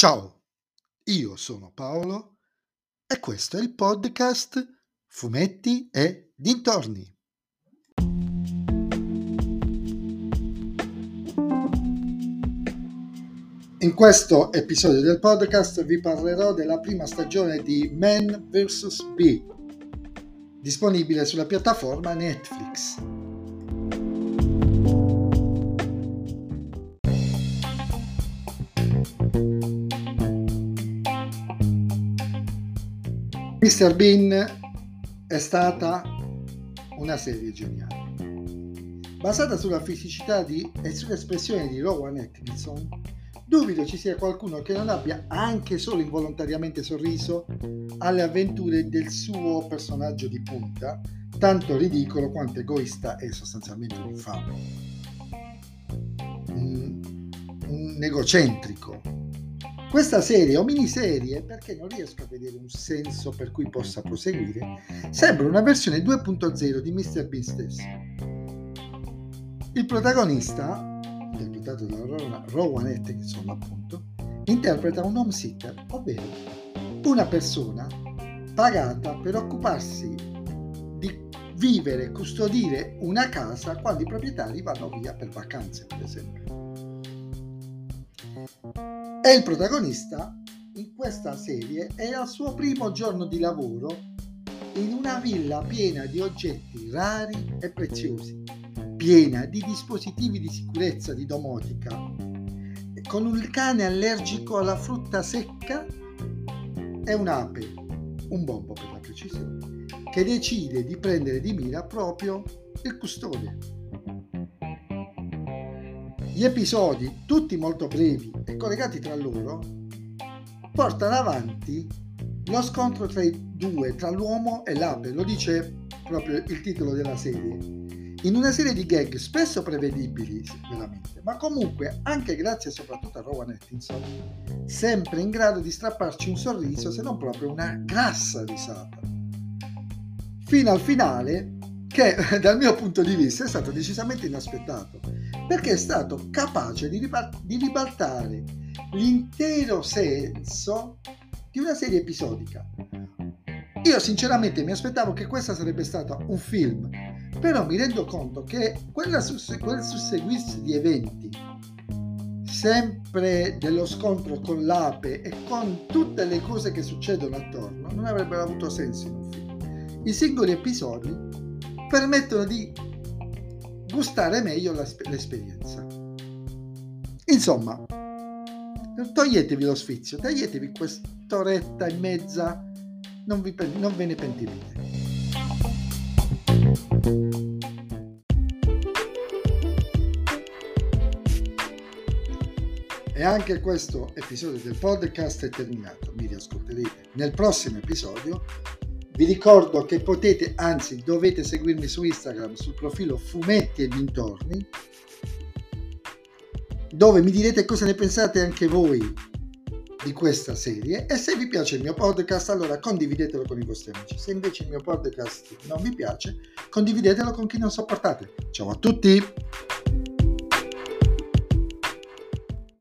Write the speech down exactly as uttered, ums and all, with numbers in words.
Ciao, io sono Paolo e questo è il podcast Fumetti e Dintorni. In questo episodio del podcast vi parlerò della prima stagione di Man versus. Bee, disponibile sulla piattaforma Netflix. mister Bean è stata una serie geniale, basata sulla fisicità di, e sull'espressione di Rowan Atkinson. Dubito ci sia qualcuno che non abbia anche solo involontariamente sorriso alle avventure del suo personaggio di punta, tanto ridicolo quanto egoista e sostanzialmente un infame, un, un egocentrico. Questa serie o miniserie, perché non riesco a vedere un senso per cui possa proseguire, sembra una versione due punto zero di mister Bean stesso. Il protagonista, interpretato da Rowan Atkinson appunto, interpreta un home sitter, ovvero una persona pagata per occuparsi di vivere e custodire una casa quando i proprietari vanno via per vacanze, per esempio. E il protagonista in questa serie è al suo primo giorno di lavoro in una villa piena di oggetti rari e preziosi, piena di dispositivi di sicurezza di domotica, con un cane allergico alla frutta secca e un'ape, un bombo per la precisione, che decide di prendere di mira proprio il custode. Gli episodi, tutti molto brevi e collegati tra loro, portano avanti lo scontro tra i due, tra l'uomo e l'ape, lo dice proprio il titolo della serie, in una serie di gag spesso prevedibili, veramente, ma comunque, anche grazie soprattutto a Rowan Atkinson, sempre in grado di strapparci un sorriso, se non proprio una grassa risata. Fino al finale, che dal mio punto di vista è stato decisamente inaspettato, perché è stato capace di, ripart- di ribaltare l'intero senso di una serie episodica. Io sinceramente mi aspettavo che questa sarebbe stata un film, però mi rendo conto che quella susse- quel susseguirsi di eventi, sempre dello scontro con l'ape e con tutte le cose che succedono attorno, non avrebbero avuto senso in un film. I singoli episodi permettono di gustare meglio l'esperienza. Insomma, toglietevi lo sfizio, toglietevi quest'oretta e mezza, non, vi, non ve ne pentirete. E anche questo episodio del podcast è terminato, mi riascolterete nel prossimo episodio. Vi ricordo che potete, anzi dovete seguirmi su Instagram sul profilo Fumetti e Dintorni, dove mi direte cosa ne pensate anche voi di questa serie, e se vi piace il mio podcast allora condividetelo con i vostri amici. Se invece il mio podcast non vi piace, condividetelo con chi non sopportate. Ciao a tutti!